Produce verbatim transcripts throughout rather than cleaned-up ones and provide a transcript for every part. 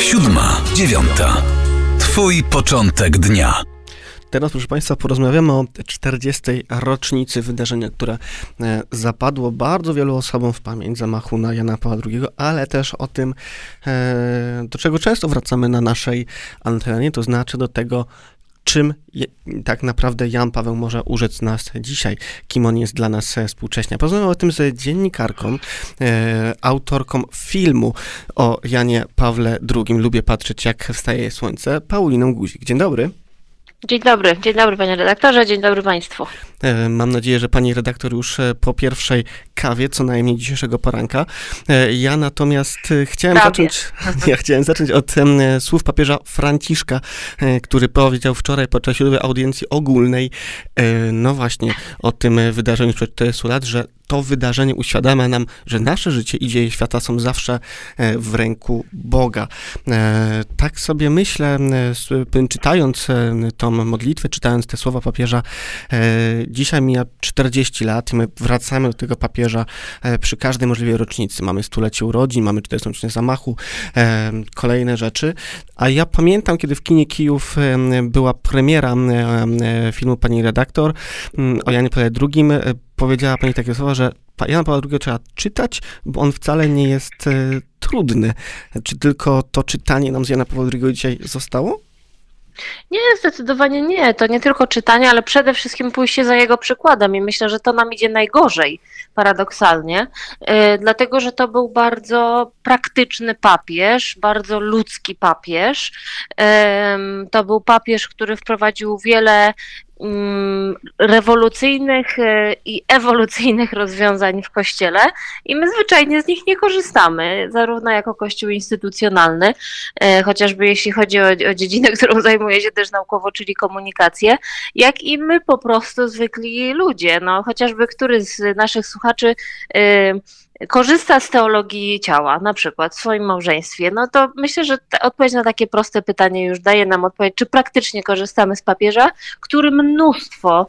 Siódma, dziewiąta. Twój początek dnia. Teraz, proszę Państwa, porozmawiamy o czterdziestej rocznicy wydarzenia, które zapadło bardzo wielu osobom w pamięć, zamachu na Jana Pawła drugiego, ale też o tym, do czego często wracamy na naszej antenie, to znaczy do tego, czym je, tak naprawdę Jan Paweł może urzec nas dzisiaj, kim on jest dla nas współcześnie. Porozmawiamy o tym z dziennikarką, e, autorką filmu o Janie Pawle drugiim, Lubię patrzeć, jak wstaje słońce, Pauliną Guzik. Dzień dobry. Dzień dobry, dzień dobry panie redaktorze, dzień dobry państwu. Mam nadzieję, że pani redaktor już po pierwszej kawie, co najmniej dzisiejszego poranka. Ja natomiast chciałem Prawie. zacząć, ja chciałem zacząć od um, słów papieża Franciszka, który powiedział wczoraj podczas siódmej audiencji ogólnej, no właśnie o tym wydarzeniu sprzed czterdziestu lat, że to wydarzenie uświadamia nam, że nasze życie i dzieje świata są zawsze w ręku Boga. Tak sobie myślę, czytając tą modlitwę, czytając te słowa papieża, dzisiaj mija czterdzieści lat i my wracamy do tego papieża przy każdej możliwej rocznicy. Mamy stulecie urodzin, mamy czterdziestą rocznicę zamachu, kolejne rzeczy. A ja pamiętam, kiedy w kinie Kijów była premiera filmu pani redaktor o Janie Pawle drugim, powiedziała pani takie słowa, że Jana Pawła drugiego trzeba czytać, bo on wcale nie jest e, trudny. Czy tylko to czytanie nam z Jana Pawła drugiego dzisiaj zostało? Nie, zdecydowanie nie. To nie tylko czytanie, ale przede wszystkim pójście za jego przykładem i myślę, że to nam idzie najgorzej, paradoksalnie, yy, dlatego, że to był bardzo praktyczny papież, bardzo ludzki papież. Yy, to był papież, który wprowadził wiele rewolucyjnych i ewolucyjnych rozwiązań w Kościele i my zwyczajnie z nich nie korzystamy, zarówno jako Kościół instytucjonalny, chociażby jeśli chodzi o, o dziedzinę, którą zajmuję się też naukowo, czyli komunikację, jak i my po prostu zwykli ludzie. No, chociażby który z naszych słuchaczy yy, korzysta z teologii ciała, na przykład w swoim małżeństwie, no to myślę, że odpowiedź na takie proste pytanie już daje nam odpowiedź, czy praktycznie korzystamy z papieża, który mnóstwo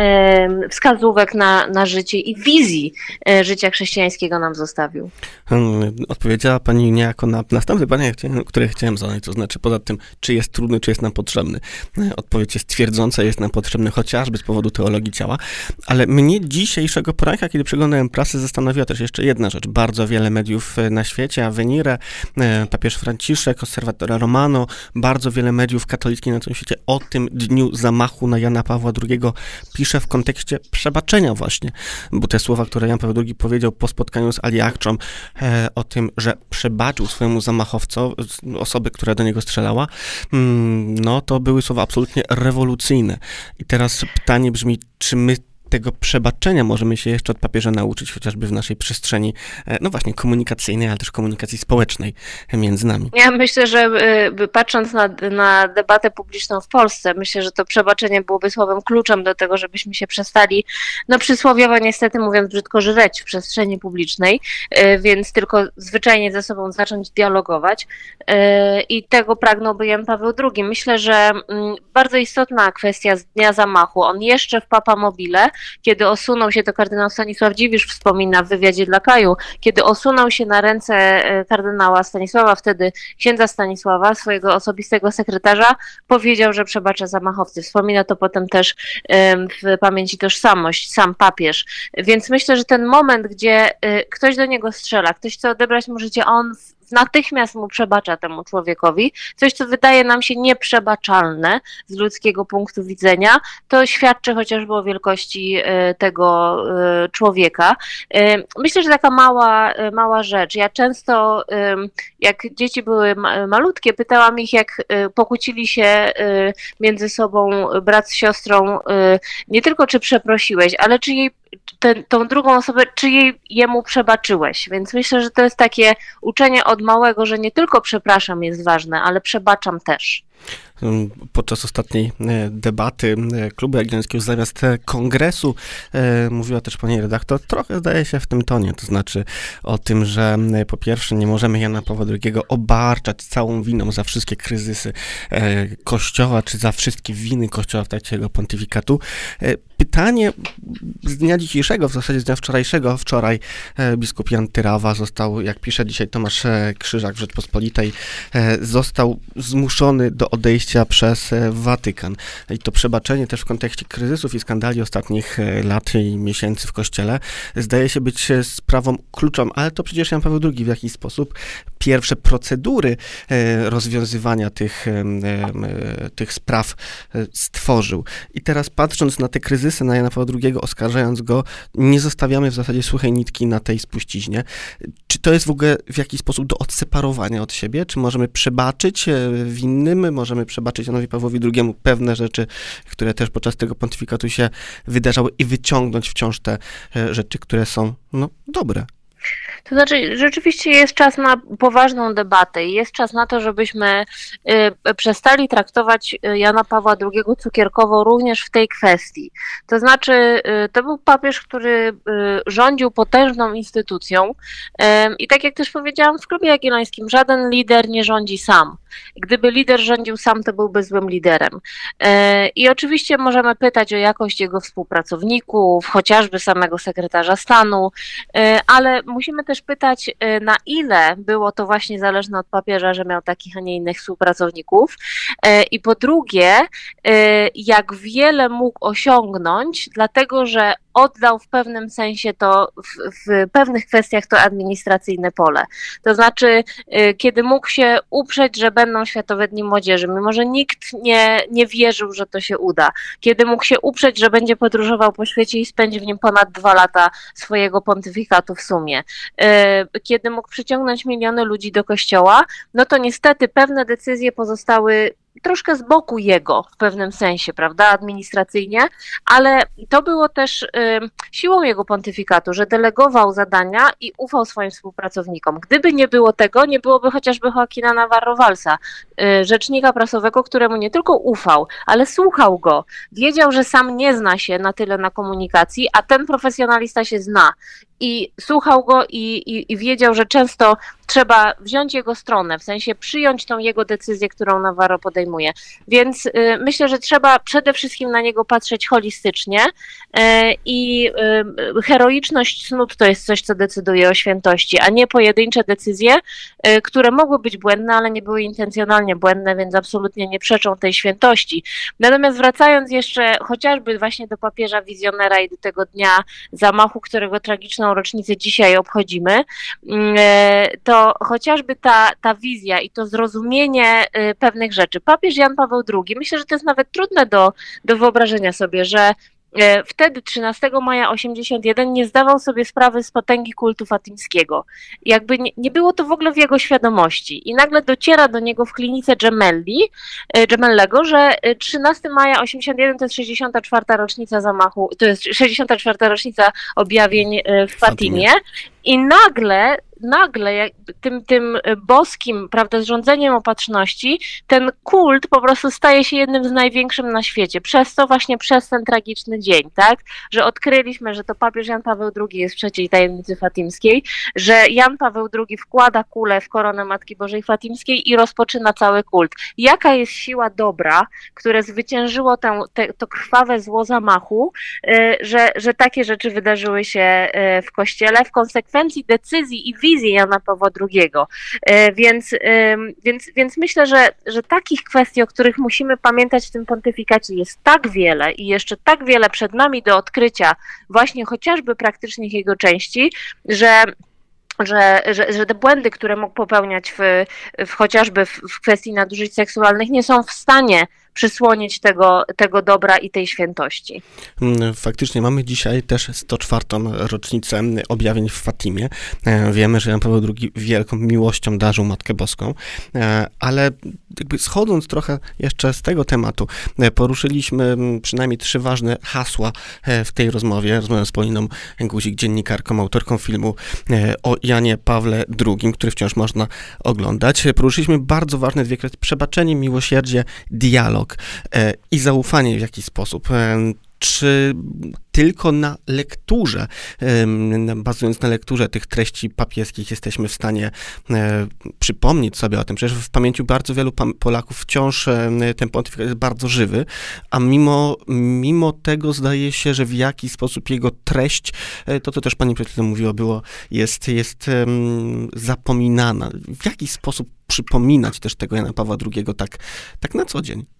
y, wskazówek na, na życie i wizji y, życia chrześcijańskiego nam zostawił. Odpowiedziała pani niejako na następne pytanie, które chciałem zadać, to znaczy poza tym, czy jest trudny, czy jest nam potrzebny. Odpowiedź jest twierdząca, jest nam potrzebny chociażby z powodu teologii ciała, ale mnie dzisiejszego poranka, kiedy przeglądałem prasę, zastanowiła też jeszcze jedna rzecz. Bardzo wiele mediów na świecie, Avvenire, papież Franciszek, Osservatore Romano, bardzo wiele mediów katolickich na całym świecie o tym dniu zamachu na Jana Pawła drugiego pisze w kontekście przebaczenia właśnie, bo te słowa, które Jan Paweł drugi powiedział po spotkaniu z Ali Akczą, e, o tym, że przebaczył swojemu zamachowcowi, osobę, która do niego strzelała, mm, no to były słowa absolutnie rewolucyjne. I teraz pytanie brzmi, czy my tego przebaczenia możemy się jeszcze od papieża nauczyć, chociażby w naszej przestrzeni, no właśnie, komunikacyjnej, ale też komunikacji społecznej między nami. Ja myślę, że patrząc na, na debatę publiczną w Polsce, myślę, że to przebaczenie byłoby słowem kluczem do tego, żebyśmy się przestali, no przysłowiowo niestety mówiąc brzydko, żreć w przestrzeni publicznej, więc tylko zwyczajnie ze sobą zacząć dialogować i tego pragnąłby Jan Paweł drugi. Myślę, że bardzo istotna kwestia z dnia zamachu, on jeszcze w Papa Mobile, kiedy osunął się, to kardynał Stanisław Dziwisz wspomina w wywiadzie dla Kaju, kiedy osunął się na ręce kardynała Stanisława, wtedy księdza Stanisława, swojego osobistego sekretarza, powiedział, że przebacza zamachowcy. Wspomina to potem też w pamięci tożsamość, sam papież. Więc myślę, że ten moment, gdzie ktoś do niego strzela, ktoś chce odebrać mu życie, a on natychmiast mu przebacza temu człowiekowi, coś, co wydaje nam się nieprzebaczalne z ludzkiego punktu widzenia, to świadczy chociażby o wielkości tego człowieka. Myślę, że taka mała, mała rzecz. Ja często, jak dzieci były malutkie, pytałam ich, jak pokłócili się między sobą brat z siostrą, nie tylko czy przeprosiłeś, ale czy jej Ten, tą drugą osobę, czy jej, jemu przebaczyłeś. Więc myślę, że to jest takie uczenie od małego, że nie tylko przepraszam jest ważne, ale przebaczam też. Podczas ostatniej debaty Klubu Jagiellońskiego zamiast kongresu mówiła też pani redaktor, trochę zdaje się w tym tonie, to znaczy o tym, że po pierwsze nie możemy Jana Pawła drugiego obarczać całą winą za wszystkie kryzysy Kościoła, czy za wszystkie winy Kościoła w trakcie jego pontyfikatu. pytanie z dnia dzisiejszego, w zasadzie z dnia wczorajszego, wczoraj biskup Jan Tyrawa został, jak pisze dzisiaj Tomasz Krzyżak w Rzeczpospolitej, został zmuszony do odejścia przez Watykan. I to przebaczenie też w kontekście kryzysów i skandali ostatnich lat i miesięcy w Kościele zdaje się być sprawą kluczową, ale to przecież Jan Paweł drugi w jakiś sposób pierwsze procedury rozwiązywania tych, tych spraw stworzył. I teraz patrząc na te kryzysy, na Jana Pawła drugiego, oskarżając go, nie zostawiamy w zasadzie suchej nitki na tej spuściźnie. Czy to jest w ogóle w jakiś sposób do odseparowania od siebie? Czy możemy przebaczyć winnym? Możemy przebaczyć Janowi Pawłowi drugiemu pewne rzeczy, które też podczas tego pontyfikatu się wydarzały i wyciągnąć wciąż te rzeczy, które są, no, dobre? To znaczy, rzeczywiście jest czas na poważną debatę i jest czas na to, żebyśmy y, przestali traktować Jana Pawła drugiego cukierkowo również w tej kwestii. To znaczy, y, to był papież, który y, rządził potężną instytucją y, i tak jak też powiedziałam w Klubie Jagiellońskim, żaden lider nie rządzi sam. Gdyby lider rządził sam, to byłby złym liderem. Y, I oczywiście możemy pytać o jakość jego współpracowników, chociażby samego sekretarza stanu, y, ale musimy też pytać, na ile było to właśnie zależne od papieża, że miał takich, a nie innych współpracowników. I po drugie, jak wiele mógł osiągnąć, dlatego że oddał w pewnym sensie to, w, w pewnych kwestiach to administracyjne pole. To znaczy, kiedy mógł się uprzeć, że będą Światowe Dni Młodzieży, mimo że nikt nie, nie wierzył, że to się uda. Kiedy mógł się uprzeć, że będzie podróżował po świecie i spędzi w nim ponad dwa lata swojego pontyfikatu w sumie. Kiedy mógł przyciągnąć miliony ludzi do kościoła, no to niestety pewne decyzje pozostały troszkę z boku jego w pewnym sensie, prawda, administracyjnie, ale to było też y, siłą jego pontyfikatu, że delegował zadania i ufał swoim współpracownikom. Gdyby nie było tego, nie byłoby chociażby Joaquina Navarro-Valsa, y, rzecznika prasowego, któremu nie tylko ufał, ale słuchał go. Wiedział, że sam nie zna się na tyle na komunikacji, a ten profesjonalista się zna. I słuchał go i, i, i wiedział, że często trzeba wziąć jego stronę, w sensie przyjąć tą jego decyzję, którą Navarro podejmuje. Więc y, myślę, że trzeba przede wszystkim na niego patrzeć holistycznie y, i y, heroiczność cnót to jest coś, co decyduje o świętości, a nie pojedyncze decyzje, y, które mogły być błędne, ale nie były intencjonalnie błędne, więc absolutnie nie przeczą tej świętości. Natomiast wracając jeszcze chociażby właśnie do papieża wizjonera i do tego dnia zamachu, którego tragiczną rocznicę dzisiaj obchodzimy, to chociażby ta, ta wizja i to zrozumienie pewnych rzeczy. Papież Jan Paweł drugi, myślę, że to jest nawet trudne do, do wyobrażenia sobie, że wtedy trzynastego maja osiemdziesiąt jeden nie zdawał sobie sprawy z potęgi kultu fatimskiego. Jakby nie, nie było to w ogóle w jego świadomości. I nagle dociera do niego w klinice Gemelli, Gemellego, że trzynastego maja osiemdziesiąt jeden to jest sześćdziesiąta czwarta rocznica zamachu, to jest sześćdziesiąta czwarta rocznica objawień w Fatimie. I nagle, nagle jak tym, tym boskim, prawda, zrządzeniem opatrzności, ten kult po prostu staje się jednym z największych na świecie. Przez to właśnie przez ten tragiczny dzień, tak? Że odkryliśmy, że to papież Jan Paweł drugi jest w trzeciej tajemnicy fatimskiej, że Jan Paweł drugi wkłada kulę w koronę Matki Bożej Fatimskiej i rozpoczyna cały kult. Jaka jest siła dobra, które zwyciężyło tę, te, to krwawe zło zamachu, że, że takie rzeczy wydarzyły się w Kościele w konsekwencji decyzji i wizji Jana Pawła drugiego. Więc, więc, więc myślę, że, że takich kwestii, o których musimy pamiętać w tym pontyfikacie jest tak wiele i jeszcze tak wiele przed nami do odkrycia właśnie chociażby praktycznych jego części, że Że, że, że te błędy, które mógł popełniać w, w chociażby w, w kwestii nadużyć seksualnych, nie są w stanie przysłonić tego, tego dobra i tej świętości. Faktycznie mamy dzisiaj też sto czwartą rocznicę objawień w Fatimie. Wiemy, że Jan Paweł drugi wielką miłością darzył Matkę Boską, ale jakby schodząc trochę jeszcze z tego tematu, poruszyliśmy przynajmniej trzy ważne hasła w tej rozmowie. Rozmawiam z Poliną Guzik, dziennikarką, autorką filmu o Janie Pawle drugi, który wciąż można oglądać. Poruszyliśmy bardzo ważne dwie kwestie: przebaczenie, miłosierdzie, dialog i zaufanie w jakiś sposób. czy tylko na lekturze, bazując na lekturze tych treści papieskich, jesteśmy w stanie przypomnieć sobie o tym? Przecież w pamięci bardzo wielu Polaków wciąż ten pontyfikat jest bardzo żywy, a mimo, mimo tego zdaje się, że w jakiś sposób jego treść, to co też pani przed chwilą mówiła, było, jest, jest zapominana. W jaki sposób przypominać też tego Jana Pawła drugiego tak, tak na co dzień?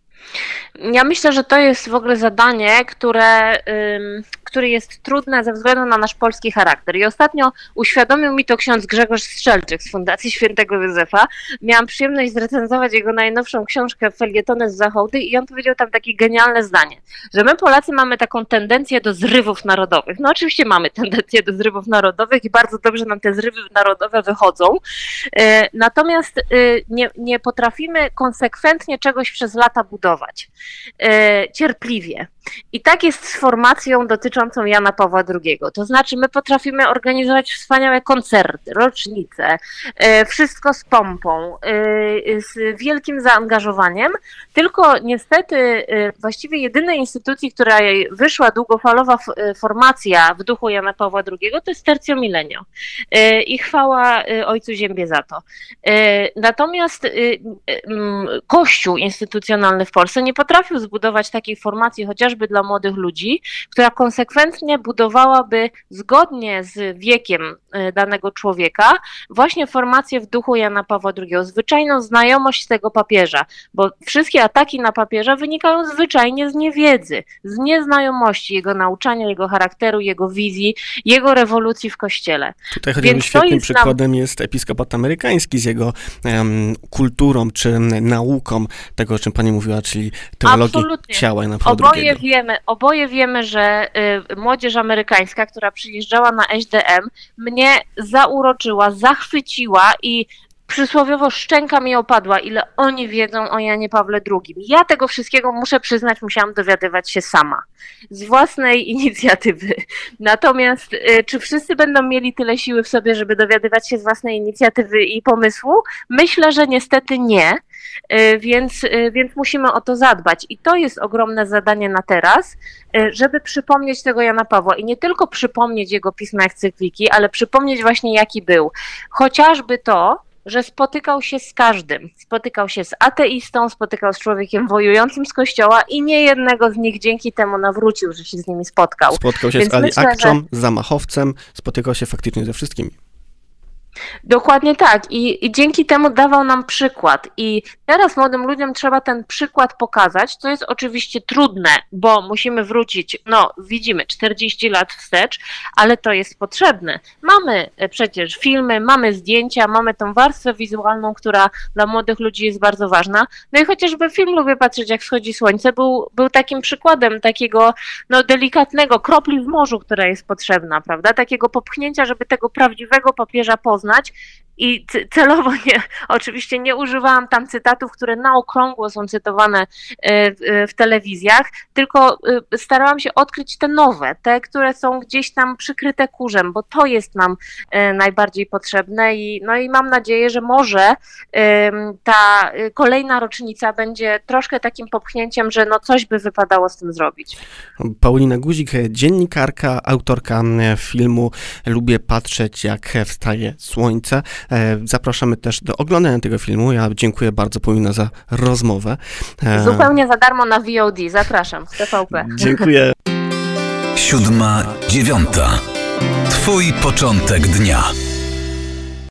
Ja myślę, że to jest w ogóle zadanie, które, ym, które jest trudne ze względu na nasz polski charakter. I ostatnio uświadomił mi to ksiądz Grzegorz Strzelczyk z Fundacji Świętego Józefa. Miałam przyjemność zrecenzować jego najnowszą książkę Felietony z Zachodu i on powiedział tam takie genialne zdanie, że my Polacy mamy taką tendencję do zrywów narodowych. No oczywiście mamy tendencję do zrywów narodowych i bardzo dobrze nam te zrywy narodowe wychodzą. Yy, natomiast yy, nie, nie potrafimy konsekwentnie czegoś przez lata budować. Yy, cierpliwie. I tak jest z formacją dotyczącą Jana Pawła drugiego. To znaczy my potrafimy organizować wspaniałe koncerty, rocznice, yy, wszystko z pompą, yy, z wielkim zaangażowaniem, tylko niestety yy, właściwie jedynej instytucji, która wyszła długofalowa f- formacja w duchu Jana Pawła drugiego, to jest Tercio Millennio. Yy, I chwała yy, Ojcu Ziębie za to. Yy, natomiast yy, yy, Kościół instytucjonalny w Polsce nie potrafił zbudować takiej formacji chociażby dla młodych ludzi, która konsekwentnie budowałaby zgodnie z wiekiem danego człowieka właśnie formację w duchu Jana Pawła drugiego, zwyczajną znajomość tego papieża, bo wszystkie ataki na papieża wynikają zwyczajnie z niewiedzy, z nieznajomości jego nauczania, jego charakteru, jego wizji, jego rewolucji w Kościele. Tutaj chociażby świetnym jest przykładem nam... jest episkopat amerykański z jego um, kulturą czy nauką tego, o czym pani mówiła, czyli teologii Absolutnie. Ciała Jana Pawła oboje drugiego. Wiemy, oboje wiemy, że y, młodzież amerykańska, która przyjeżdżała na S D M, mnie zauroczyła, zachwyciła i przysłowiowo szczęka mi opadła, ile oni wiedzą o Janie Pawle drugim. Ja tego wszystkiego, muszę przyznać, musiałam dowiadywać się sama, z własnej inicjatywy. Natomiast y, czy wszyscy będą mieli tyle siły w sobie, żeby dowiadywać się z własnej inicjatywy i pomysłu? Myślę, że niestety nie, y, więc, y, więc musimy o to zadbać. I to jest ogromne zadanie na teraz, y, żeby przypomnieć tego Jana Pawła i nie tylko przypomnieć jego pisma encykliki, ale przypomnieć właśnie jaki był. Chociażby to, że spotykał się z każdym. Spotykał się z ateistą, spotykał z człowiekiem wojującym z Kościoła i niejednego z nich dzięki temu nawrócił, że się z nimi spotkał. Spotkał się Więc z Ali myślę, Akczą, że... zamachowcem, spotykał się faktycznie ze wszystkimi. Dokładnie tak. I, I dzięki temu dawał nam przykład. I teraz młodym ludziom trzeba ten przykład pokazać, co jest oczywiście trudne, bo musimy wrócić, no widzimy, czterdzieści lat wstecz, ale to jest potrzebne. Mamy przecież filmy, mamy zdjęcia, mamy tą warstwę wizualną, która dla młodych ludzi jest bardzo ważna. No i chociażby film Lubię patrzeć, jak wschodzi słońce, był, był takim przykładem takiego no, delikatnego kropli w morzu, która jest potrzebna, prawda? Takiego popchnięcia, żeby tego prawdziwego papieża poznać. I celowo nie, oczywiście nie używałam tam cytatów, które na okrągło są cytowane w telewizjach, tylko starałam się odkryć te nowe, te, które są gdzieś tam przykryte kurzem, bo to jest nam najbardziej potrzebne i, no i mam nadzieję, że może ta kolejna rocznica będzie troszkę takim popchnięciem, że no coś by wypadało z tym zrobić. Paulina Guzik, dziennikarka, autorka filmu Lubię patrzeć, jak wstaje słońce. Zapraszamy też do oglądania tego filmu. Ja dziękuję bardzo, Paulina, za rozmowę. Zupełnie za darmo na V O D. Zapraszam z T V P. Dziękuję. Siódma, dziewiąta. Twój początek dnia.